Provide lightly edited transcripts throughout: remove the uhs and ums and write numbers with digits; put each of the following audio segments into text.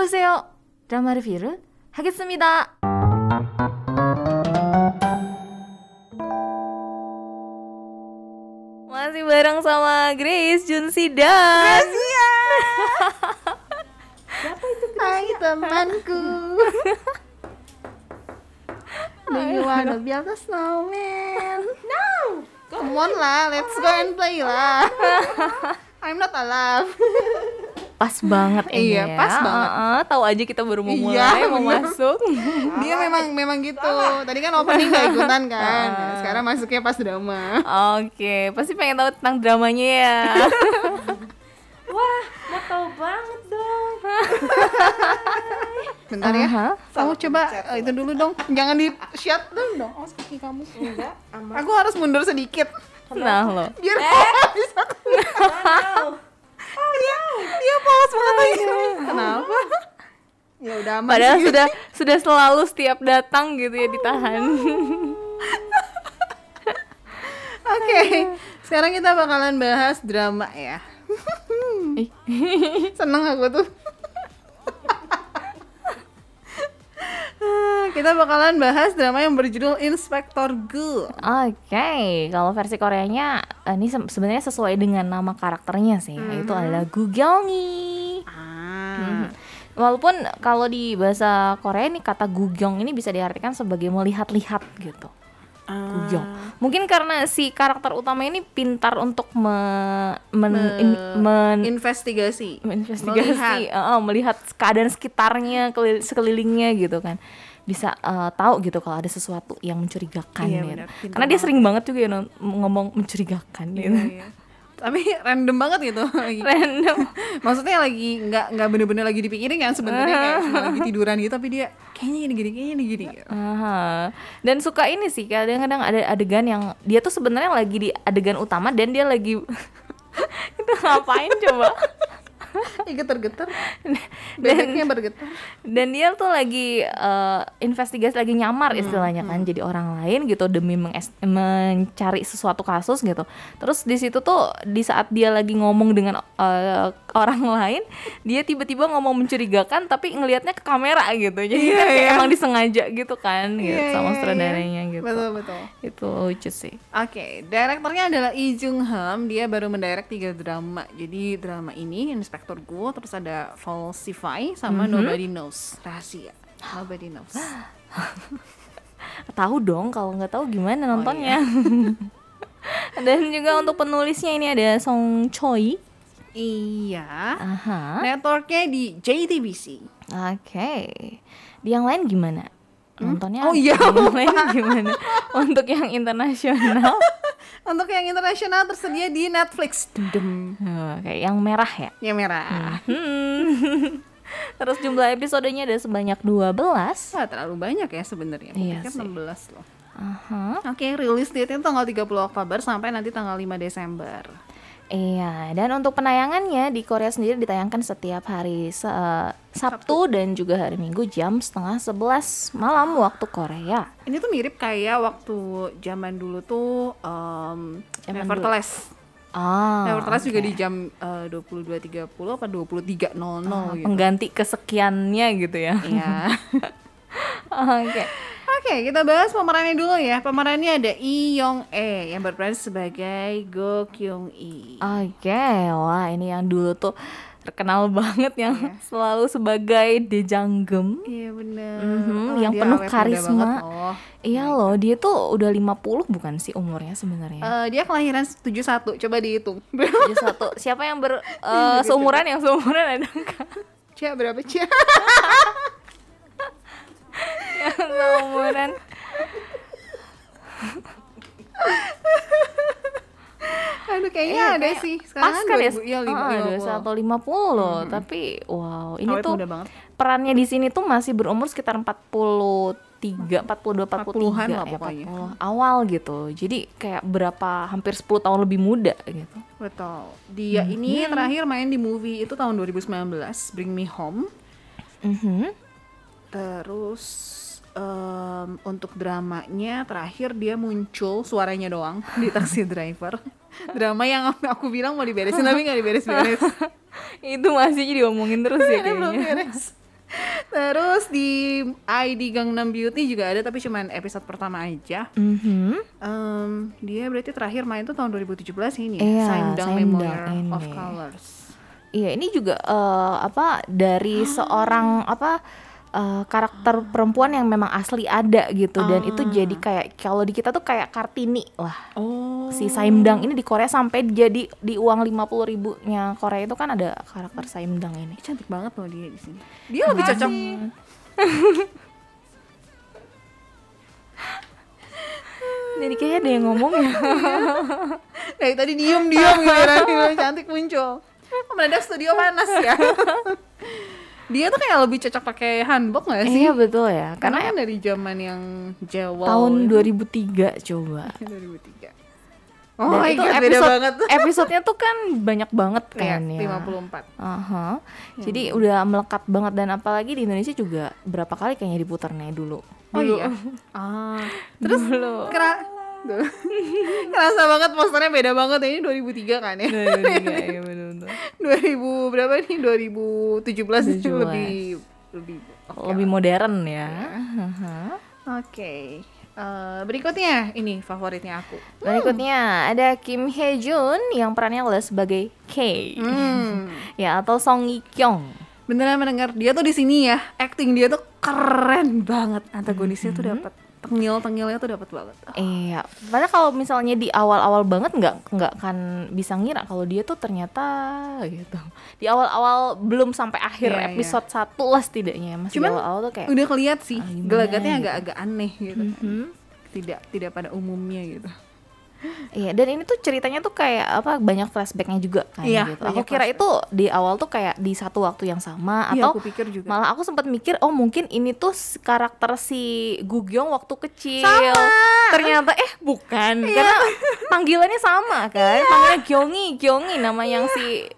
어서오세요. 드라마 리뷰를 하겠습니다. Masih bareng sama Grace Junsidan. Gracia. Siapa itu Gracia? Hai temanku. Do you wanna build a snowman? No. Come on lah, let's go and play lah. I'm not alive. Pas banget ini iya, ya. Pas banget. Tahu aja kita baru mau mulai, mau masuk. Dia memang gitu. Tadi kan opening gak ikutan kan. Sekarang masuknya pas drama. Oke, pasti pengen tahu tentang dramanya ya. Wah, mau tahu banget dong. Bentar ya. Kamu coba itu dulu dong. Jangan di shut dong. Awas kaki kamu. Enggak, aman. Aku harus mundur sedikit. Nah lo. Biar bisa. Dia polos banget lagi. Kenapa? Ya udah aman. Padahal sudah selalu setiap datang gitu ya ditahan. Oke, sekarang kita bakalan bahas drama ya. Seneng aku tuh. Kita bakalan bahas drama yang berjudul Inspektor Gu. Oke, kalau versi Koreanya ini sebenarnya sesuai dengan nama karakternya sih, yaitu adalah Gu Gyeongi. Walaupun kalau di bahasa Korea ini kata Gu Gyeong ini bisa diartikan sebagai melihat-lihat gitu. Gu Gyeong. Mungkin karena si karakter utama ini pintar untuk investigasi, melihat keadaan sekitarnya, sekelilingnya gitu kan. Bisa tahu gitu kalau ada sesuatu yang mencurigakan iya, gitu. Bener, karena dia sering banget juga ya ngomong mencurigakan gitu. Iya. Tapi random banget gitu. Random. Maksudnya lagi nggak bener-bener lagi dipikirin kan sebenarnya kayak cuma lagi tiduran gitu, tapi dia kayaknya ini gini. Dan suka ini sih kadang-kadang ada adegan yang dia tuh sebenarnya lagi di adegan utama dan dia lagi itu ngapain coba? Getar-getar, bebeknya bergetar. Dan dia tuh lagi investigasi, lagi nyamar istilahnya kan, jadi orang lain gitu demi mencari sesuatu kasus gitu. Terus di situ tuh di saat dia lagi ngomong dengan orang lain, dia tiba-tiba ngomong mencurigakan tapi ngelihatnya ke kamera gitu. Jadi kan kayak emang disengaja gitu kan, gitu sama sutradaranya gitu. Betul. Itu lucu sih. Oke, direkturnya adalah Lee Jung Ham. Dia baru mendirect 3 drama. Jadi drama ini Inspektor Gu, terus ada Falsify sama Nobody Knows, rahasia. Nobody Knows. Tahu dong, kalau nggak tahu gimana nontonnya. Dan juga untuk penulisnya ini ada Song Choi. Iya. Networknya di JTBC. Oke. Di yang lain gimana? Nontonnya yang lain gimana? Untuk yang internasional. Untuk yang internasional tersedia di Netflix. Kayak yang merah ya? Yang merah. Terus jumlah episodenya ada sebanyak 12. Wah, terlalu banyak ya sebenarnya. Aku pikir 16 loh. Oke, rilis date-nya tanggal 30 Oktober sampai nanti tanggal 5 Desember. Iya, dan untuk penayangannya di Korea sendiri ditayangkan setiap hari Sabtu dan juga hari Minggu jam 10:30 malam waktu Korea. Ini tuh mirip kayak waktu zaman dulu tuh Nevertheless. Nevertheless juga di jam 22.30 apa 23.00 gitu. Pengganti kesekiannya gitu ya. Iya. Oke, kita bahas pemerannya dulu ya. Pemerannya ada Lee Young E yang berperan sebagai Go Kyung Lee. Wah ini yang dulu tuh terkenal banget yang selalu sebagai Daejanggeum. Iya benar. Yang penuh karisma. Iya loh, dia tuh udah 50 bukan sih umurnya sebenarnya? Dia kelahiran 71, coba dihitung. 71. Siapa yang seumuran ada enggak? Cia berapa Cia? Yang seumuran. Aduh kayaknya ada sih. Sekarang pas kan 2000, ya 50 loh. Tapi wow, ini tuh muda banget. Perannya di sini tuh masih berumur sekitar 42, 43 lah ya, pokoknya. 40 awal gitu. Jadi kayak hampir 10 tahun lebih muda gitu. Betul. Dia ini terakhir main di movie itu tahun 2019, Bring Me Home. Terus untuk dramanya terakhir dia muncul suaranya doang di Taxi Driver. Drama yang aku bilang mau diberesin tapi nggak diberes-beres. Itu masih diomongin terus ya kayaknya. Belum beres. Terus di ID Gangnam Beauty juga ada tapi cuman episode pertama aja. Dia berarti terakhir main tuh tahun 2017 ini ya. Iya, Saimdang Saimdang Memoir of ini. Colors. Iya, ini juga dari seorang karakter perempuan yang memang asli ada gitu, dan itu jadi kayak kalau di kita tuh kayak Kartini lah. Oh. Si Saimdang ini di Korea sampai jadi di uang 50.000-nya Korea itu kan ada karakter Saimdang ini. Cantik banget loh dia di sini. Dia lebih cocok. Jadi kayaknya ada yang ngomong ya. Dari tadi diem gitu, cantik muncul. Mendadak studio panas ya. Dia tuh kayak lebih cocok pakai hanbok gak sih? Iya betul ya, Karena karena kan dari zaman yang Jawa tahun 2003 coba. 2003. Dan Oh my itu god, beda banget. episodenya tuh kan banyak banget Iya, kan ya. 54. Aha. Jadi udah melekat banget, dan apalagi di Indonesia juga berapa kali kayaknya diputar nih dulu. Oh iya. Terus kerasa banget posternya beda banget ya. Ini 2003 kan ya. 2003 ya benar-benar. 2000 berapa nih? 2017 lebih Lebih modern ya. Oke. Berikutnya ini favoritnya aku. Berikutnya ada Kim Hye Jun yang perannya adalah sebagai K. Ya, atau Song Hye Kyung. Beneran mendengar dia tuh di sini ya, acting dia tuh keren banget. Antagonisnya tuh dapat, tengil-tengilnya tuh dapat banget. Iya, padahal kalau misalnya di awal-awal banget nggak kan bisa ngira kalau dia tuh ternyata gitu. Di awal-awal belum sampai akhir Iya, episode 1 lah setidaknya, masih Cuman di awal-awal tuh kayak udah kelihatan sih gimana gelagatnya gitu. agak-agak aneh gitu. Tidak pada umumnya gitu. Iya, dan ini tuh ceritanya tuh kayak banyak flashbacknya juga kan Iya, gitu. Aku banyak kira flashback. itu di awal tuh kayak di satu waktu yang sama, Iya, atau aku pikir juga. malah aku sempat mikir mungkin ini tuh karakter si Gugyong waktu kecil. Ternyata bukan, karena panggilannya sama kan. Panggilannya Gyeongi nama yang si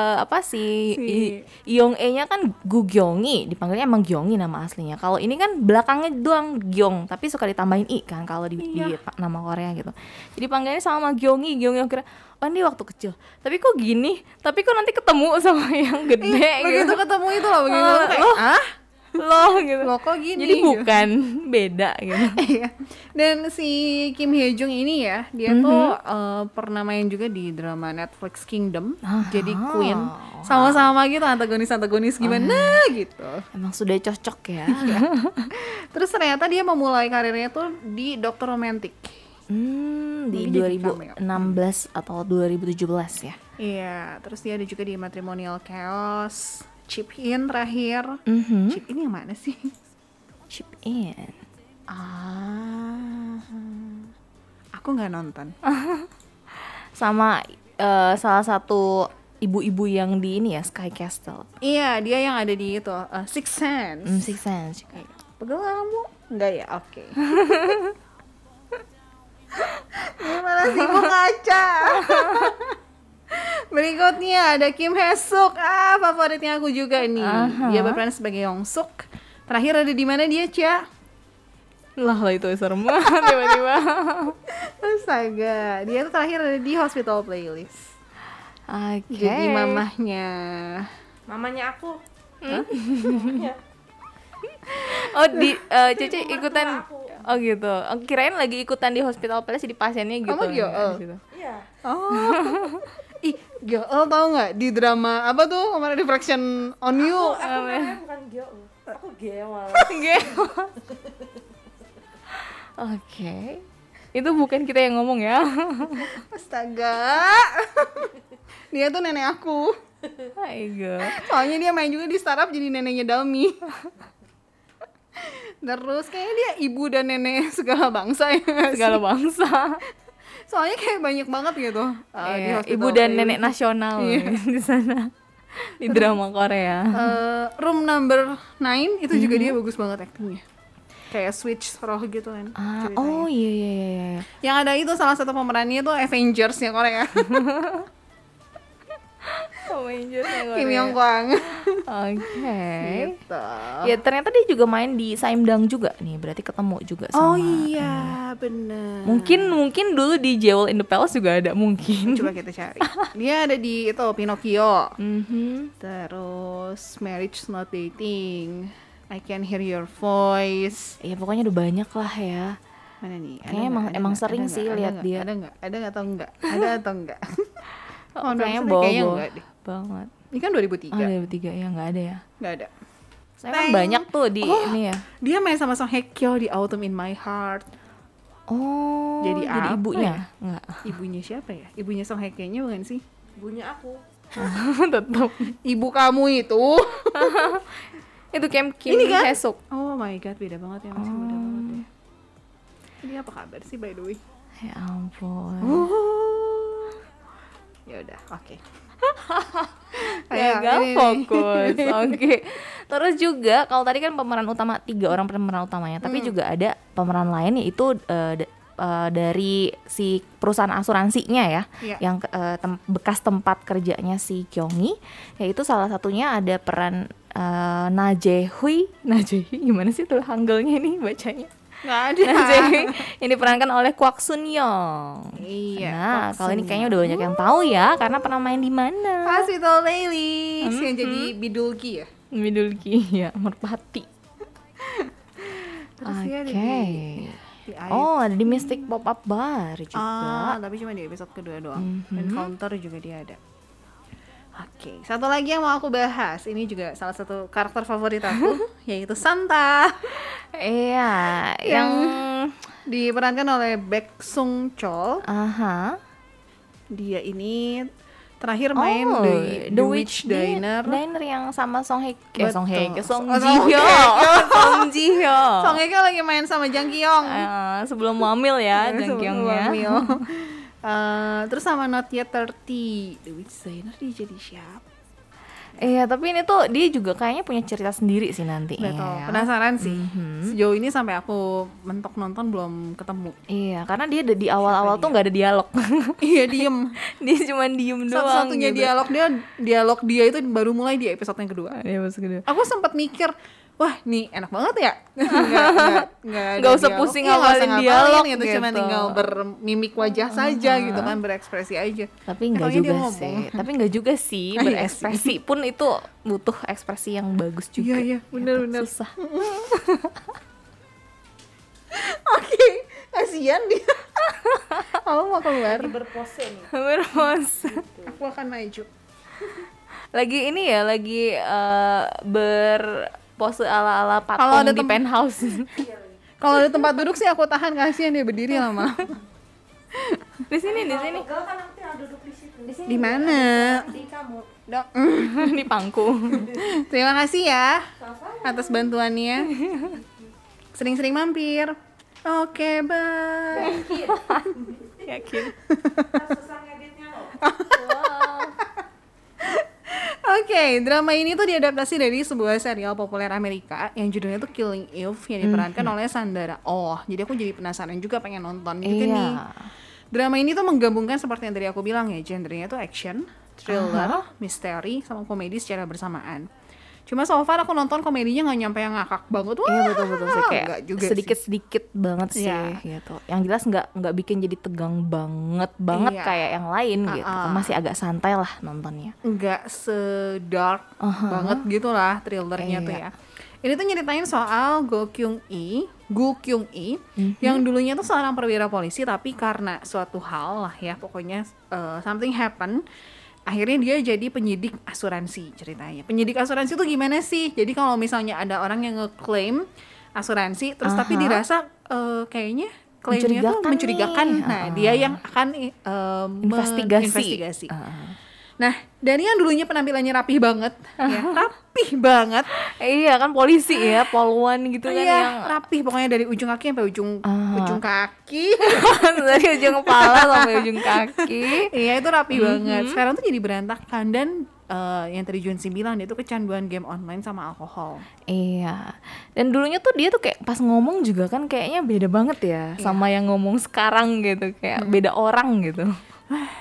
Yong E-nya kan Gugyongi, dipanggilnya emang Gyeongi nama aslinya. Kalau ini kan belakangnya doang Gyeong, tapi suka ditambahin i kan kalau di nama Korea gitu. Jadi panggilannya sama Gyeongi aku kira ini waktu kecil. Tapi kok gini? Tapi kok nanti ketemu sama yang gede Begitu gitu. ketemu itu loh, begitu kayak Loh gitu. loh kok gini? Jadi bukan beda gitu. Iya. Dan si Kim Hye Jung ini ya, dia tuh pernah main juga di drama Netflix Kingdom, jadi Queen. Sama-sama gitu antagonis gimana gitu. Emang sudah cocok ya. Terus ternyata dia memulai karirnya tuh di Dr. Romantic. Di Mungkin jadi cameo. 2016 atau 2017 ya. Iya, terus dia ada juga di Matrimonial Chaos, Chip In terakhir. Chip In yang mana sih? Chip In. Aku nggak nonton. Sama salah satu ibu-ibu yang di ini ya, Sky Castle. Iya, dia yang ada di itu Six Sense. Six Sense. Pegel kamu? Enggak ya? Oke. Gimana sih mau kaca? Berikutnya ada Kim Hye Suk. Favoritnya aku juga nih. Dia berperan sebagai Yong Suk. Terakhir ada di mana dia, Cia? Lah itu serem banget tiba-tiba. Astaga, dia tuh terakhir ada di Hospital Playlist. Oke. Jadi mamahnya. Mamanya aku. Oh di Cece ikutan. Oh gitu. Kirain lagi ikutan di Hospital Playlist jadi pasiennya gitu. Kamu Gyeol? Gitu. Iya. Oh. Ih, Gyeol tau nggak di drama apa tuh kemarin Reflection on You? Aku namanya bukan Gyo. Aku Gewal. Oke. Itu bukan kita yang ngomong ya. Astaga. Dia tuh nenek aku. Ayo. Soalnya dia main juga di startup jadi neneknya Dalmi. Terus kayaknya dia ibu dan nenek segala bangsa ya nggak sih? Segala bangsa. Soalnya kayak banyak banget gitu di Iya, Hospital ibu dan Playlist. nenek nasional di sana. Di drama Korea. Room Number 9 itu juga dia bagus banget aktingnya. Kayak switch roh gitu kan ceritanya. Oh iya. Yang ada itu salah satu pemerannya tuh Avengers-nya Korea. Kim Yong Kwang. Oke. Gitu. Ya ternyata dia juga main di Saimdang juga nih, berarti ketemu juga sama. Oh iya, bener. Mungkin dulu di Jewel in the Palace juga ada mungkin. Coba kita cari. Dia ada di itu Pinocchio. Mhm. Terus Marriage Not Dating. I Can Hear Your Voice. Iya pokoknya udah banyak lah ya. Mana nih? Kayaknya emang sering sih lihat dia. Ada nggak atau enggak? Ada atau enggak? Oh, kayaknya kayaknya bawa enggak deh. banget. Ini kan 2003. Oh 2003 ya nggak ada ya. Nggak ada. Saya kan banyak tuh di ini ya. Dia main sama Song Hye Kyo di Autumn in My Heart. Oh, Jadi apa ibunya? ya? Enggak. Ibunya siapa ya? Ibunya Song Hye Kyo-nya bukan sih? Ibunya aku. Tetap. Ibu kamu itu. Itu Kim Ini kan? Hae-suk. Oh my god, beda banget ya, masih muda banget ya. Ini apa kabar sih by the way? Ya ampun. Ya udah, oke. Gagal fokus. Oke. Terus juga kalau tadi kan pemeran utama 3 orang pemeran utamanya, tapi juga ada pemeran lain yaitu dari si perusahaan asuransinya ya, Iya. yang bekas tempat kerjanya si Kyungi, yaitu salah satunya ada peran Na Jae-hui gimana sih tuh Hangulnya ini bacanya? Nggak ada. Na Jae-hui yang diperankan oleh Kwak Sun Young. Iya. Nah, Kwak kalau ini Sun kayaknya udah banyak yang tahu ya, karena pernah main di mana? Hospital Playlist yang jadi Bidulki ya. Midulki ya, Merpati. Terus dia ada Oke. di Oh, ada di Mystic Pop-Up Bar juga. tapi cuma di episode kedua doang. Dan Counter juga dia ada. Oke, satu lagi yang mau aku bahas. Ini juga salah satu karakter favorit aku, yaitu Santa. Iya, yang Diperankan oleh Baek Sung Chol. aha. Dia ini terakhir main di The Witch Diner. Diner yang sama Song Hye Kyo. Betul. Song Hye Kyo, Song Oh, Ji Song Hyo. Hye Kyo. Song Ji Hyo. Song Hye Kyo lagi main sama Jang Ki-yong. Sebelum hamil ya, Jang Kyungnya. Terus sama Not Yet 30. The Witch Diner dia jadi siapa? Iya, tapi ini tuh dia juga kayaknya punya cerita sendiri sih nantinya. Betul, Ya. penasaran sih. Sejauh ini sampai aku mentok nonton belum ketemu. Iya, karena dia di awal-awal tuh nggak ada dialog. Iya, diem. Dia cuma diem doang. Satu-satunya gitu. dialog dia itu baru mulai di episode yang kedua. Iya, maksud gue. Aku sempat mikir, wah nih enak banget ya. Nggak ada Nggak usah dialog. pusing Iya, nggak ngapalin usah ngapalin dialog gitu. Cuma gitu. tinggal bermimik wajah saja gitu kan, berekspresi aja. Tapi enggak Pokoknya dia juga ngomong. sih. Tapi enggak juga sih. Iya Berekspresi pun itu butuh ekspresi yang bagus juga. Iya, benar-benar. Susah. Oke, kasihan dia. Aku mau keluar. Berpose nih. Berpose. Aku akan maju. Lagi ini ya, lagi berpose ala-ala Kalau patung ada di penthouse. Kalau ada tempat duduk sih aku tahan, kasihan dia berdiri lama. Di sini. Pegel kan nanti ada duduk di situ. Di sini. Di mana? Di kamu. Dok. Di pangku. Terima kasih ya atas bantuannya. Sering-sering mampir. Oke, bye. Yakin. Susah ngeditnya loh. Oke, drama ini tuh diadaptasi dari sebuah serial populer Amerika yang judulnya tuh Killing Eve yang diperankan oleh Sandara Oh. Jadi aku jadi penasaran juga pengen nonton juga Iya. nih. Drama ini tuh menggabungkan seperti yang tadi aku bilang ya, genrenya tuh action, thriller, misteri, sama komedi secara bersamaan. Cuma so far aku nonton komedinya nggak nyampe yang ngakak banget. Wah, Iya betul sih, kayak nggak juga sedikit banget sih Iya. gitu. Yang jelas nggak bikin jadi tegang banget Iya. kayak yang lain gitu. Masih agak santai lah nontonnya. nggak sedark banget gitu lah thrillernya tuh Iya. ya. Ini tuh nyeritain soal Gu Kyung Lee yang dulunya tuh seorang perwira polisi, tapi karena suatu hal lah ya, pokoknya something happen, akhirnya dia jadi penyidik asuransi ceritanya. Penyidik asuransi tuh gimana sih? Jadi kalau misalnya ada orang yang ngeklaim asuransi terus tapi dirasa kayaknya klaimnya tuh mencurigakan. nih. Nah, dia yang akan investigasi. Nah, dari yang dulunya penampilannya rapih banget, ya, rapih banget. Iya kan polisi ya, poluan gitu kan Iya, yang rapih pokoknya dari ujung kaki sampai ujung kaki. dari ujung kepala sampai ujung kaki. Iya, itu rapih banget. Sekarang tuh jadi berantakan dan yang tadi Junsi bilang dia tuh kecanduan game online sama alkohol. Iya. Dan dulunya tuh dia tuh kayak pas ngomong juga kan kayaknya beda banget ya sama yang ngomong sekarang gitu, kayak beda orang gitu.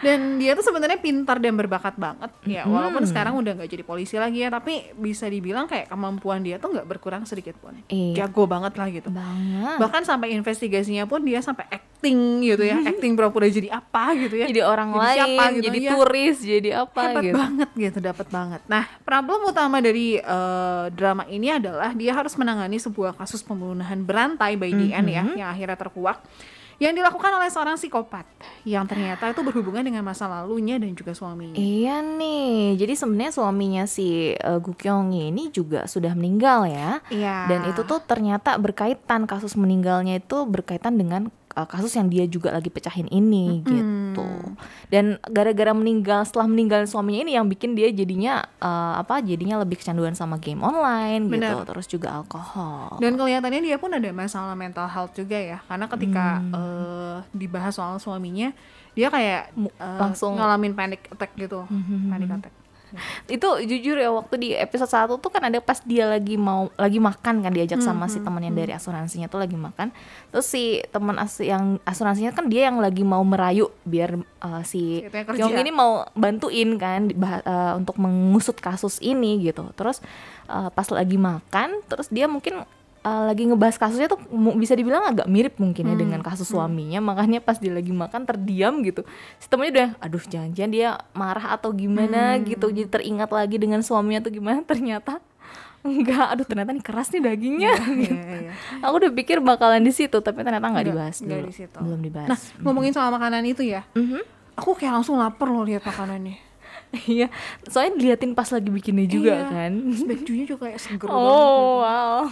Dan dia tuh sebenarnya pintar dan berbakat banget ya, walaupun sekarang udah nggak jadi polisi lagi ya, tapi bisa dibilang kayak kemampuan dia tuh nggak berkurang sedikit pun. Iya. Jago banget lah gitu. Banget. Bahkan sampai investigasinya pun dia sampai acting gitu ya, acting pura-pura jadi apa gitu ya. Jadi orang lain, siapa gitu jadi ya. turis, jadi apa Hebat gitu. banget gitu, dapat banget. Nah, problem utama dari drama ini adalah dia harus menangani sebuah kasus pembunuhan berantai by the end ya, yang akhirnya terkuak, yang dilakukan oleh seorang psikopat yang ternyata itu berhubungan dengan masa lalunya dan juga suaminya. Iya nih, jadi sebenarnya suaminya si Gu Kyung ini juga sudah meninggal ya. Iya. Dan itu tuh ternyata berkaitan, kasus meninggalnya itu berkaitan dengan kasus yang dia juga lagi pecahin ini gitu. Dan gara-gara setelah meninggal suaminya ini yang bikin dia jadinya jadinya lebih kecanduan sama game online gitu, Bener. terus juga alkohol. Dan kelihatannya dia pun ada masalah mental health juga ya, karena ketika dibahas soal suaminya, dia kayak langsung ngalamin panic attack gitu, panic attack. Itu jujur ya, waktu di episode 1 tuh kan ada pas dia lagi makan kan, diajak sama si temennya dari asuransinya tuh lagi makan. Terus si teman yang asuransinya kan dia yang lagi mau merayu biar si Itu yang kerja. Kyung ini mau bantuin kan untuk mengusut kasus ini gitu. Terus pas lagi makan, terus dia mungkin lagi ngebahas kasusnya tuh bisa dibilang agak mirip mungkin ya dengan kasus suaminya, makanya pas dia lagi makan terdiam gitu, si temennya udah aduh jangan-jangan dia marah atau gimana gitu, jadi teringat lagi dengan suaminya tuh gimana, ternyata enggak, aduh ternyata nih keras nih dagingnya. Iya. Aku udah pikir bakalan di situ, tapi ternyata nggak dibahas Nggak dulu. di situ. Belum dibahas. Nah, ngomongin soal makanan itu ya, aku kayak langsung lapar loh lihat makanannya. Iya, soalnya diliatin pas lagi bikinnya juga kan. Terus bajunya juga kayak seger banget. Oh wow.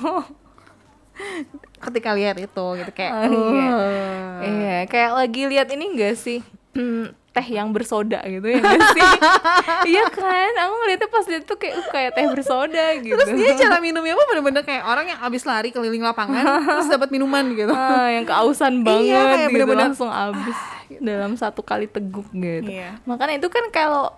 Ketika lihat itu gitu kayak Iya, kayak lagi lihat ini enggak sih? Teh yang bersoda gitu ya enggak sih? Iya kan? Aku ngeliatnya pas lihat tuh kayak teh bersoda gitu. Terus dia cara minumnya pun bener-bener kayak orang yang abis lari keliling lapangan terus dapat minuman gitu. Yang keausan banget kayak gitu, bener-bener langsung habis dalam satu kali teguk gitu. Iya. Makanya itu kan kalau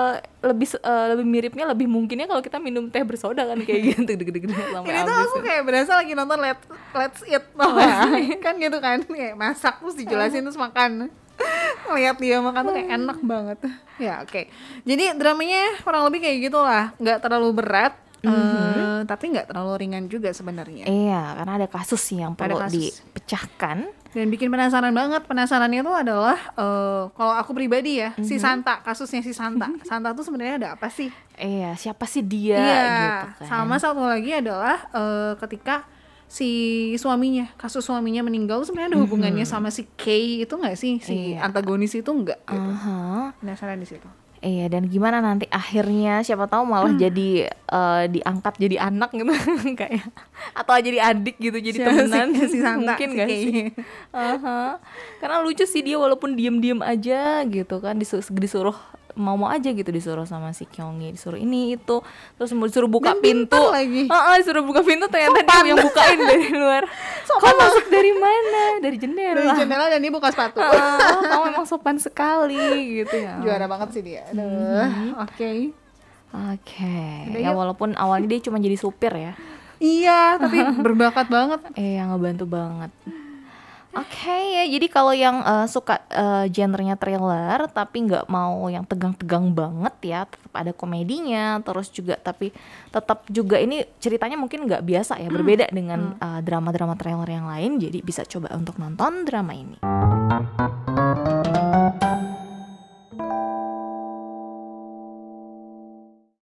lebih miripnya, lebih mungkinnya kalau kita minum teh bersoda kan kayak gitu deg-deg sampai Ini tuh habis. aku kayak berasa lagi nonton Let's Eat kan gitu kan, kayak masak terus dijelasin terus makan. Lihat dia makan tuh kayak enak banget. Ya oke. Jadi dramanya kurang lebih kayak gitulah, nggak terlalu berat, tapi nggak terlalu ringan juga sebenarnya. Iya, karena ada kasus sih yang perlu kasus. dipecahkan. Dan bikin penasaran banget. Penasarannya tuh adalah kalau aku pribadi ya, si Santa, kasusnya si Santa. Santa tuh sebenarnya ada apa sih? Iya, siapa sih dia Iya, gitu kan. sama satu lagi adalah ketika si suaminya, kasus suaminya meninggal tuh sebenarnya ada hubungannya sama si Kay itu nggak sih, si Iya. antagonis itu nggak? Gitu. Aha. Penasaran di situ. Iya, dan gimana nanti akhirnya, siapa tahu malah jadi diangkat jadi anak gitu kayak, atau jadi adik gitu, jadi Siapa temenan si Santa, mungkin si nggak Kay. sih? Aha. Karena lucu sih dia walaupun diem-diem aja gitu kan, disuruh mau aja gitu, disuruh sama si Kyunggi, disuruh ini itu, terus mau disuruh buka Dan pintu pintar lagi. disuruh buka pintu, ternyata dia yang bukain dari luar. Kau masuk dari mana? Dari jendela. Dari jendela dan dia buka sepatu. Kamu emang sopan sekali gitu ya. Juara banget sih dia. Aduh, oke. Oke. Udah Ya yuk. walaupun awalnya dia cuma jadi supir ya. Iya, tapi berbakat banget. Ngebantu banget. Oke ya, jadi kalau yang suka genrenya thriller tapi nggak mau yang tegang-tegang banget ya, tetap ada komedinya, terus juga tapi tetap juga ini ceritanya mungkin nggak biasa ya, berbeda dengan drama-drama thriller yang lain, jadi bisa coba untuk nonton drama ini.